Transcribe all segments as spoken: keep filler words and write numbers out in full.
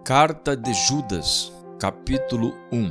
Carta de Judas, capítulo um.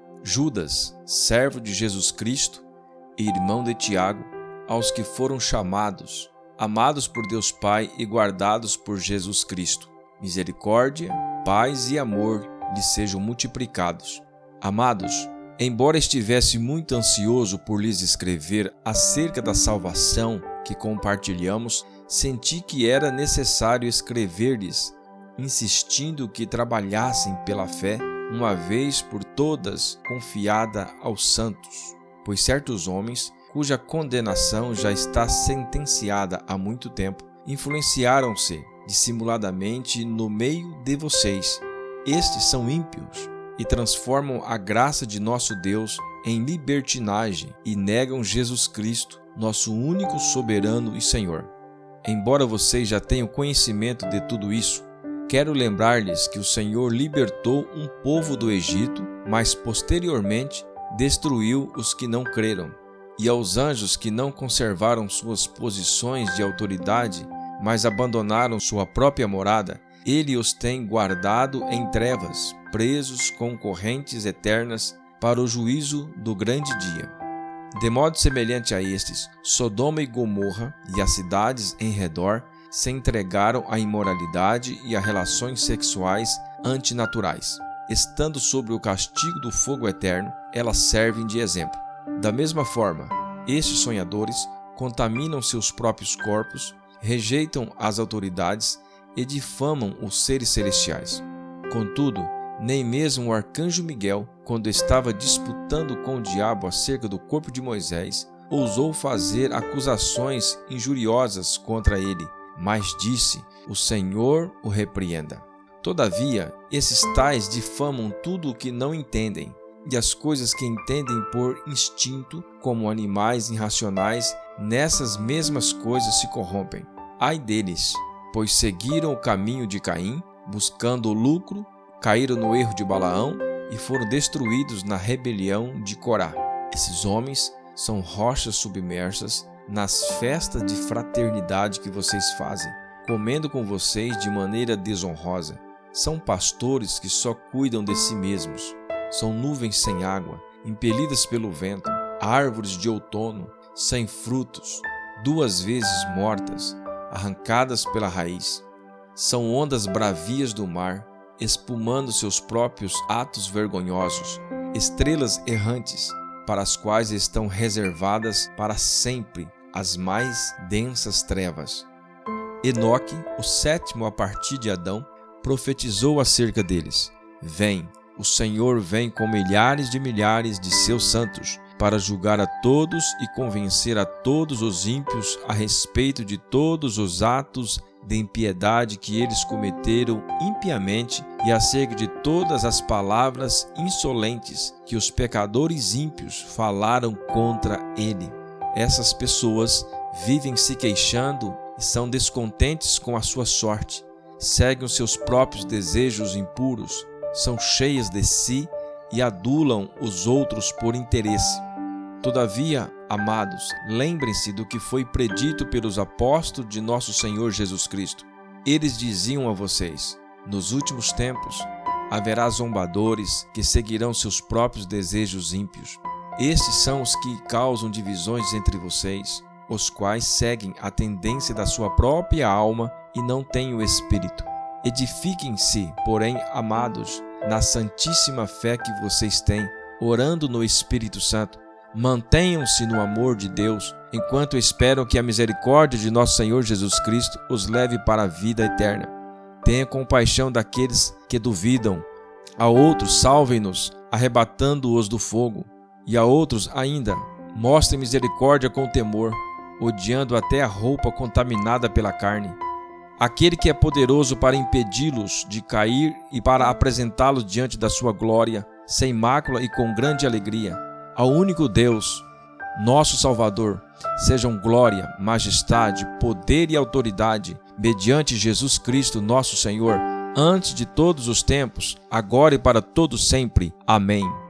Judas, servo de Jesus Cristo e irmão de Tiago, aos que foram chamados, amados por Deus Pai e guardados por Jesus Cristo. Misericórdia, paz e amor lhes sejam multiplicados. Amados, embora estivesse muito ansioso por lhes escrever acerca da salvação que compartilhamos, senti que era necessário escrever-lhes, insistindo que trabalhassem pela fé, uma vez por todas confiada aos santos. Pois certos homens, cuja condenação já está sentenciada há muito tempo, influenciaram-se dissimuladamente no meio de vocês. Estes são ímpios e transformam a graça de nosso Deus em libertinagem e negam Jesus Cristo, nosso único soberano e Senhor. Embora vocês já tenham conhecimento de tudo isso, quero lembrar-lhes que o Senhor libertou um povo do Egito, mas posteriormente destruiu os que não creram. E aos anjos que não conservaram suas posições de autoridade, mas abandonaram sua própria morada, Ele os tem guardado em trevas, presos com correntes eternas para o juízo do grande dia. De modo semelhante a estes, Sodoma e Gomorra e as cidades em redor se entregaram à imoralidade e a relações sexuais antinaturais. Estando sob o castigo do fogo eterno, elas servem de exemplo. Da mesma forma, estes sonhadores contaminam seus próprios corpos, rejeitam as autoridades e difamam os seres celestiais. Contudo, nem mesmo o arcanjo Miguel, quando estava disputando com o diabo acerca do corpo de Moisés, ousou fazer acusações injuriosas contra ele, mas disse: o Senhor o repreenda. Todavia, esses tais difamam tudo o que não entendem, e as coisas que entendem por instinto, como animais irracionais, nessas mesmas coisas se corrompem. Ai deles, pois seguiram o caminho de Caim, buscando o lucro, caíram no erro de Balaão e foram destruídos na rebelião de Corá. Esses homens são rochas submersas nas festas de fraternidade que vocês fazem, comendo com vocês de maneira desonrosa. São pastores que só cuidam de si mesmos. São nuvens sem água, impelidas pelo vento, árvores de outono, sem frutos, duas vezes mortas, arrancadas pela raiz. São ondas bravias do mar, espumando seus próprios atos vergonhosos, estrelas errantes, para as quais estão reservadas para sempre as mais densas trevas. Enoque, o sétimo a partir de Adão, profetizou acerca deles: Vem, o Senhor vem com milhares de milhares de seus santos, para julgar a todos e convencer a todos os ímpios a respeito de todos os atos de impiedade que eles cometeram impiamente e acerca de todas as palavras insolentes que os pecadores ímpios falaram contra ele. Essas pessoas vivem se queixando e são descontentes com a sua sorte, seguem os seus próprios desejos impuros, são cheias de si e adulam os outros por interesse. Todavia, amados, lembrem-se do que foi predito pelos apóstolos de nosso Senhor Jesus Cristo. Eles diziam a vocês: nos últimos tempos haverá zombadores que seguirão seus próprios desejos ímpios. Estes são os que causam divisões entre vocês, os quais seguem a tendência da sua própria alma e não têm o Espírito. Edifiquem-se, porém, amados, na santíssima fé que vocês têm, orando no Espírito Santo. Mantenham-se no amor de Deus, enquanto esperam que a misericórdia de nosso Senhor Jesus Cristo os leve para a vida eterna. Tenha compaixão daqueles que duvidam. A outros, salvem-nos, arrebatando-os do fogo. E a outros ainda, mostrem misericórdia com temor, odiando até a roupa contaminada pela carne. Aquele que é poderoso para impedi-los de cair e para apresentá-los diante da sua glória, sem mácula e com grande alegria. Ao único Deus, nosso Salvador, sejam glória, majestade, poder e autoridade, mediante Jesus Cristo nosso Senhor, antes de todos os tempos, agora e para todo sempre. Amém.